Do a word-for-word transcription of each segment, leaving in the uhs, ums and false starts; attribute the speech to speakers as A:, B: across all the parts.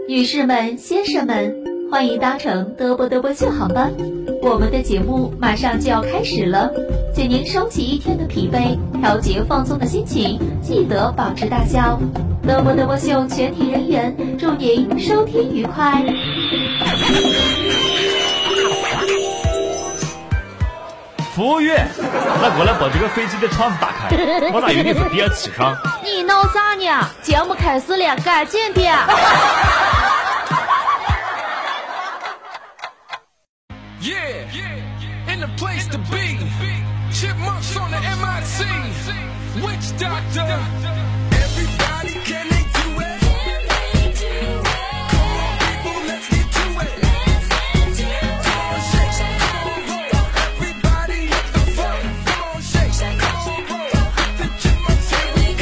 A: 女士们、先生们，欢迎搭乘嘚啵嘚啵秀航班，我们的节目马上就要开始了，请您收起一天的疲惫，调节放松的心情，记得保持大笑。嘚啵嘚啵秀全体人员祝您收听愉快。
B: 服务员，快过来把这个飞机的窗子打开，我咋以为你是第二气上？
C: 你闹啥呢？节目开始了，赶紧的。
D: Yeah, in the place to be. Chipmunks on the M I C. Witch doctor. Everybody can they do it? Can they do it? Come on, people, let's get to it. Let's get to it. Come on, shake, shake, come on, roll. Everybody hit the floor. Come on, shake, shake, come on, roll. The chipmunks, here we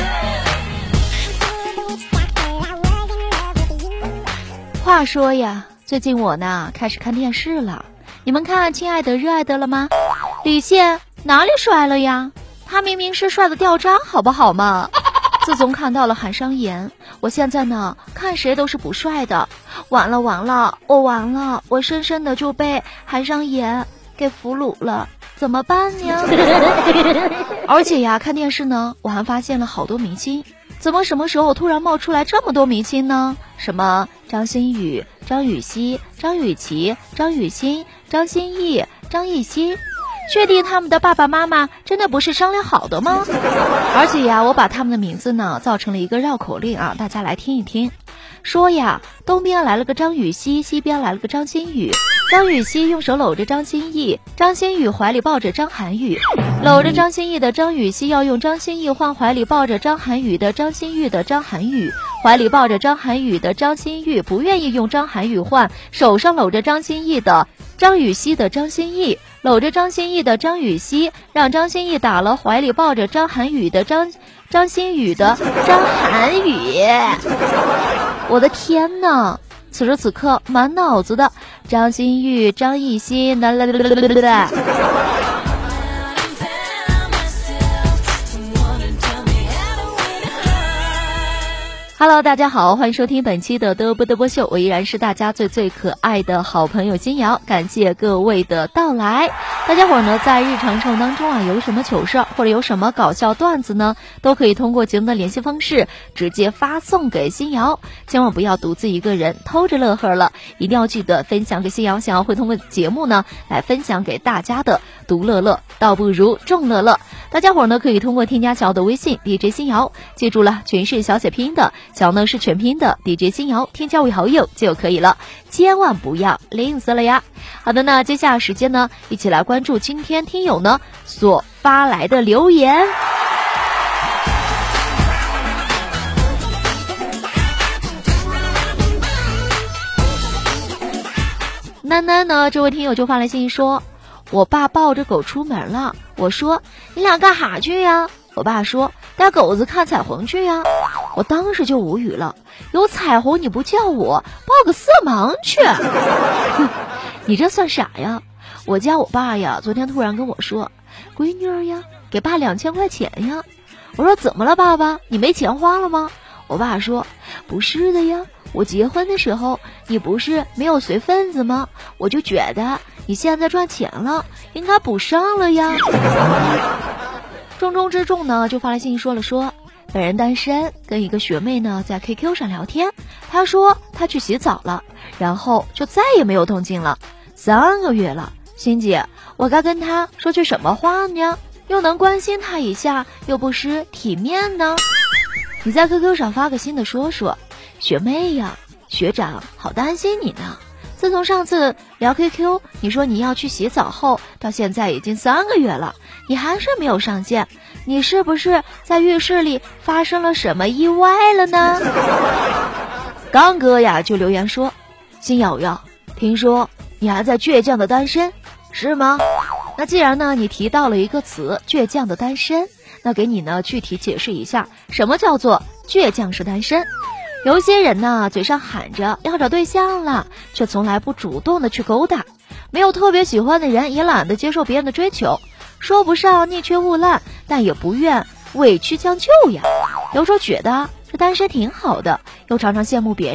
D: go.
C: 话说呀，最近我呢开始看电视了。你们看亲爱的热爱的了吗？李现哪里帅了呀？他明明是帅的掉渣好不好嘛？自从看到了韩商言，我现在呢看谁都是不帅的。完了完了，我完了，我深深的就被韩商言给俘虏了，怎么办呢？而且呀，看电视呢我还发现了好多明星，怎么什么时候突然冒出来这么多明星呢？什么张馨予、张雨绮、张雨绮、张雨欣、张歆艺、张艺兴，确定他们的爸爸妈妈真的不是商量好的吗？而且呀，我把他们的名字呢造成了一个绕口令啊，大家来听一听。说呀，东边来了个张雨绮，西边来了个张馨予。张雨绮用手搂着张歆艺，张馨予怀里抱着张涵予。搂着张歆艺的张雨绮要用张歆艺换怀里抱着张涵予的张馨予的张涵予，怀里抱着张涵予的张馨予不愿意用张涵予换手上搂着张歆艺的张雨绮的张歆艺，搂着张歆艺的张雨绮让张歆艺打了怀里抱着张涵予的张张馨予的张涵予。我的天哪！此时此刻满脑子的张馨予、张艺兴啦啦啦啦啦啦。Hello， 大家好，欢迎收听本期的嘚啵嘚啵秀，我依然是大家最最可爱的好朋友金瑶，感谢各位的到来。大家伙呢，在日常生活当中啊，有什么糗事或者有什么搞笑段子呢，都可以通过节目的联系方式直接发送给新瑶，千万不要独自一个人偷着乐呵了，一定要记得分享给新瑶，想要会通过节目呢来分享给大家的，独乐乐倒不如众乐乐。大家伙呢可以通过添加小的微信 D J 新瑶，记住了，全是小写拼音的，小呢是全拼的 D J 新瑶，添加为好友就可以了，千万不要吝啬了呀。好的，那接下来时间呢，一起来关注今天听友呢所发来的留言。囡囡呢，这位听友就发来信息说，我爸抱着狗出门了，我说你俩干哈去呀？我爸说带狗子看彩虹去呀。我当时就无语了，有彩虹你不叫我，报个色盲去。你这算啥呀？我家我爸呀昨天突然跟我说，闺女儿呀，给爸两千块钱呀。我说怎么了爸爸，你没钱花了吗？我爸说不是的呀，我结婚的时候你不是没有随份子吗？我就觉得你现在赚钱了，应该补上了呀。重中之重呢就发来信息说了说，本人单身，跟一个学妹呢在 Q Q 上聊天，她说她去洗澡了，然后就再也没有动静了，三个月了。欣姐，我该跟她说句什么话呢？又能关心她一下，又不失体面呢？你在 Q Q 上发个新的说说，学妹呀，学长好担心你呢。自从上次聊 Q Q 你说你要去洗澡后，到现在已经三个月了，你还是没有上线，你是不是在浴室里发生了什么意外了呢？刚哥呀就留言说，新瑶瑶，听说你还在倔强的单身是吗？那既然呢你提到了一个词倔强的单身，那给你呢具体解释一下什么叫做倔强是单身。有些人呢嘴上喊着要找对象了，却从来不主动的去勾搭，没有特别喜欢的人，也懒得接受别人的追求，说不上宁缺毋滥，但也不愿委屈将就呀。有时候觉得这单身挺好的，又常常羡慕别人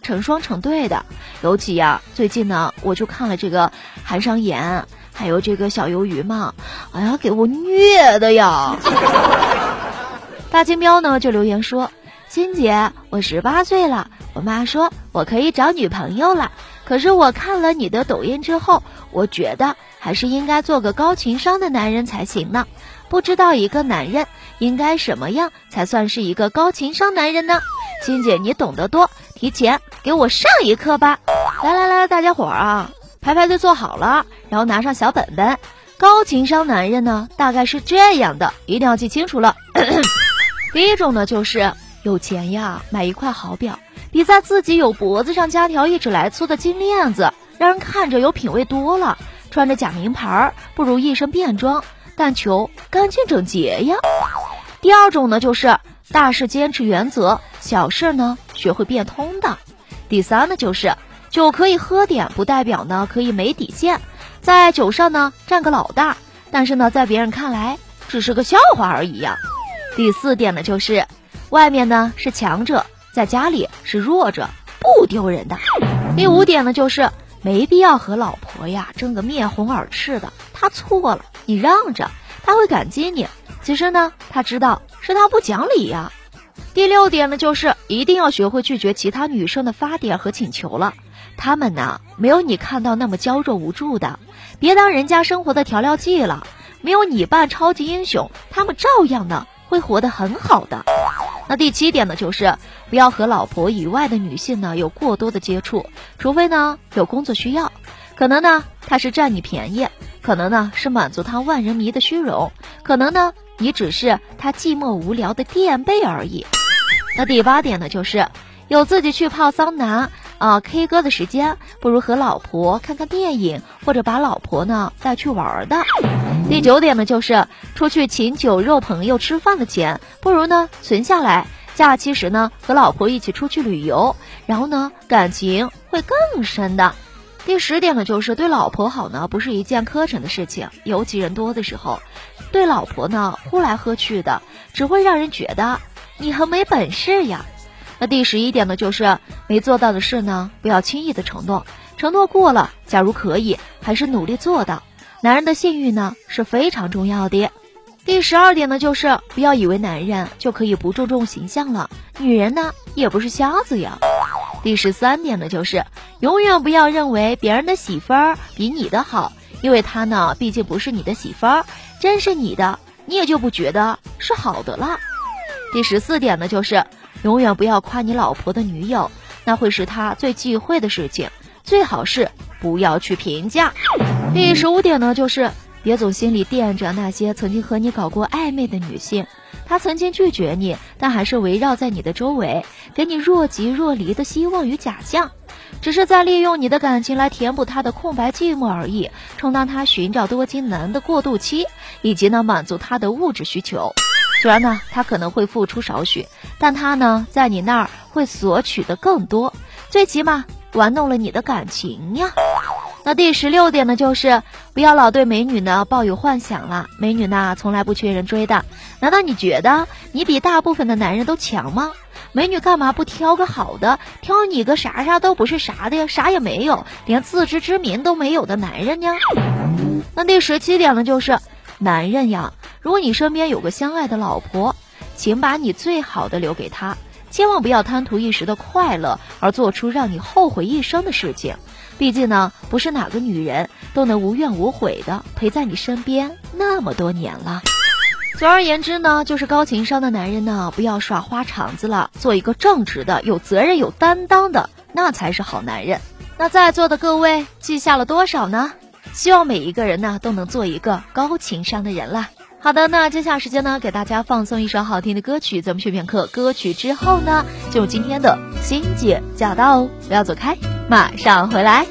C: 成双成对的。尤其呀、啊，最近呢，我就看了这个韩商言，还有这个小鱿鱼嘛，哎呀，给我虐的呀！大金喵呢就留言说：“欣姐，我十八岁了，我妈说我可以找女朋友了。可是我看了你的抖音之后，我觉得还是应该做个高情商的男人才行呢。不知道一个男人应该什么样才算是一个高情商男人呢？欣姐你懂得多，提前给我上一课吧。来来来，大家伙儿啊，排排队坐好了，然后拿上小本本。高情商男人呢，大概是这样的，一定要记清楚了。第一种呢，就是有钱呀，买一块好表，比在自己有脖子上加条一指来粗的金链子，让人看着有品位多了。穿着假名牌，不如一身便装，但求干净整洁呀。第二种呢，就是大事坚持原则，小事呢学会变通的。第三呢，就是酒可以喝点，不代表呢可以没底线，在酒上呢占个老大，但是呢在别人看来只是个笑话而已呀。第四点呢，就是外面呢是强者，在家里是弱者，不丢人的。第五点呢，就是没必要和老婆呀争个面红耳赤的，他错了你让着，他会感激你，其实呢他知道是他不讲理呀。第六点呢，就是一定要学会拒绝其他女生的发点和请求了，他们呢没有你看到那么娇弱无助的，别当人家生活的调料剂了，没有你扮超级英雄，他们照样呢会活得很好的。那第七点呢，就是不要和老婆以外的女性呢有过多的接触，除非呢有工作需要，可能呢他是占你便宜，可能呢是满足他万人迷的虚荣，可能呢你只是他寂寞无聊的垫背而已。那第八点呢，就是有自己去泡桑拿啊、呃、K 歌的时间，不如和老婆看看电影，或者把老婆呢带去玩的。第九点呢，就是出去请酒肉朋友吃饭的钱，不如呢存下来，假期时呢和老婆一起出去旅游，然后呢感情会更深的。第十点呢，就是对老婆好呢不是一件磕碜的事情，尤其人多的时候，对老婆呢呼来喝去的，只会让人觉得你很没本事呀。那第十一点呢，就是没做到的事呢不要轻易的承诺，承诺过了，假如可以还是努力做到。男人的信誉呢是非常重要的。第十二点呢，就是不要以为男人就可以不注重形象了，女人呢也不是瞎子呀。第十三点呢，就是永远不要认为别人的媳妇儿比你的好，因为她呢毕竟不是你的媳妇儿，真是你的你也就不觉得是好的了。第十四点呢，就是永远不要夸你老婆的女友，那会是她最忌讳的事情，最好是不要去评价。第十五点呢，就是别总心里惦着那些曾经和你搞过暧昧的女性，她曾经拒绝你，但还是围绕在你的周围，给你若即若离的希望与假象，只是在利用你的感情来填补她的空白寂寞而已，充当她寻找多金男的过渡期，以及呢满足她的物质需求。虽然呢她可能会付出少许，但她呢在你那儿会索取的更多，最起码玩弄了你的感情呀。那第十六点呢，就是不要老对美女呢抱有幻想了，美女呢从来不缺人追的，难道你觉得你比大部分的男人都强吗？美女干嘛不挑个好的，挑你个啥啥都不是啥的呀，啥也没有，连自知之明都没有的男人呀。那第十七点呢，就是男人呀，如果你身边有个相爱的老婆，请把你最好的留给她，千万不要贪图一时的快乐而做出让你后悔一生的事情。毕竟呢，不是哪个女人都能无怨无悔的陪在你身边那么多年了。总而言之呢，就是高情商的男人呢，不要耍花肠子了，做一个正直的、有责任、有担当的，那才是好男人。那在座的各位记下了多少呢？希望每一个人呢都能做一个高情商的人啦。好的，那接下来时间呢，给大家放送一首好听的歌曲，咱们学片刻歌曲之后呢，进入今天的欣姐驾到哦，不要走开，马上回来。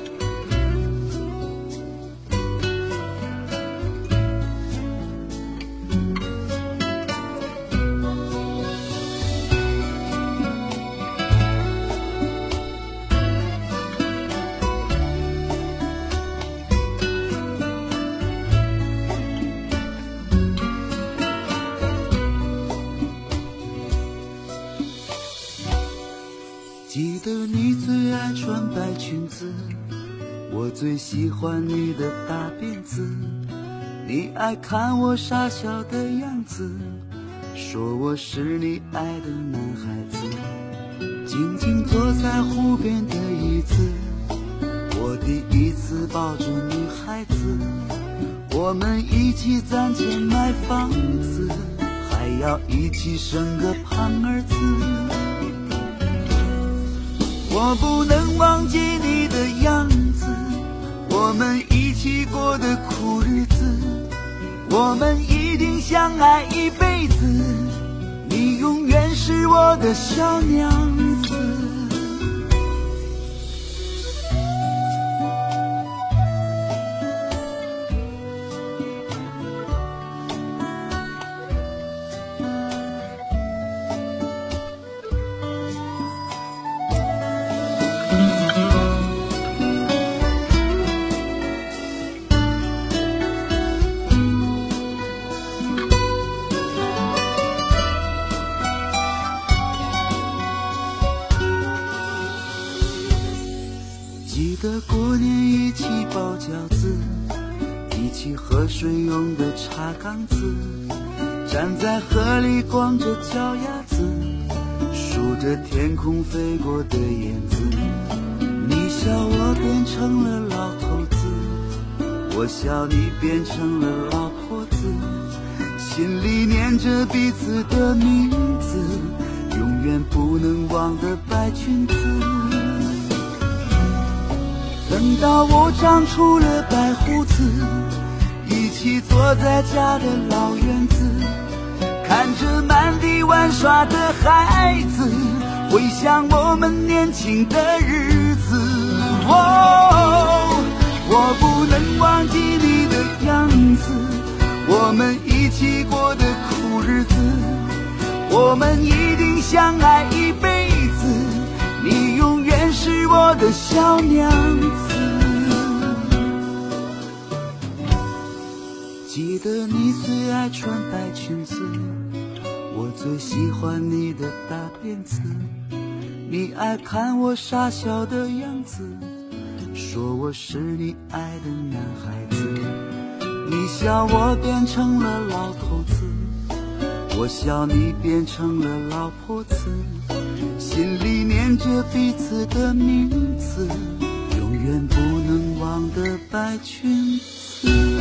E: 记得你最爱穿白裙子，我最喜欢你的大辫子，你爱看我傻笑的样子，说我是你爱的男孩子。静静坐在湖边的椅子，我第一次抱着女孩子，我们一起攒钱买房子，还要一起生个胖儿子。我不能忘记你的样子，我们一起过的苦日子，我们一定相爱一辈子，你永远是我的小娘子。记得过年一起包饺子，一起喝水用的茶缸子，站在河里光着脚丫子，数着天空飞过的燕子。你笑我变成了老头子，我笑你变成了老婆子，心里念着彼此的名字，永远不能忘的白裙子。等到我长出了白胡子，一起坐在家的老院子，看着满地玩耍的孩子，回想我们年轻的日子。哦，我不能忘记你的样子，我们一起过的苦日子，我们一定相爱一辈子，你永远是我的小娘子。记得你最爱穿白裙子，我最喜欢你的大辫子，你爱看我傻笑的样子，说我是你爱的男孩子。你笑我变成了老头子，我笑你变成了老婆子，心里念着彼此的名字，永远不能忘的白裙子。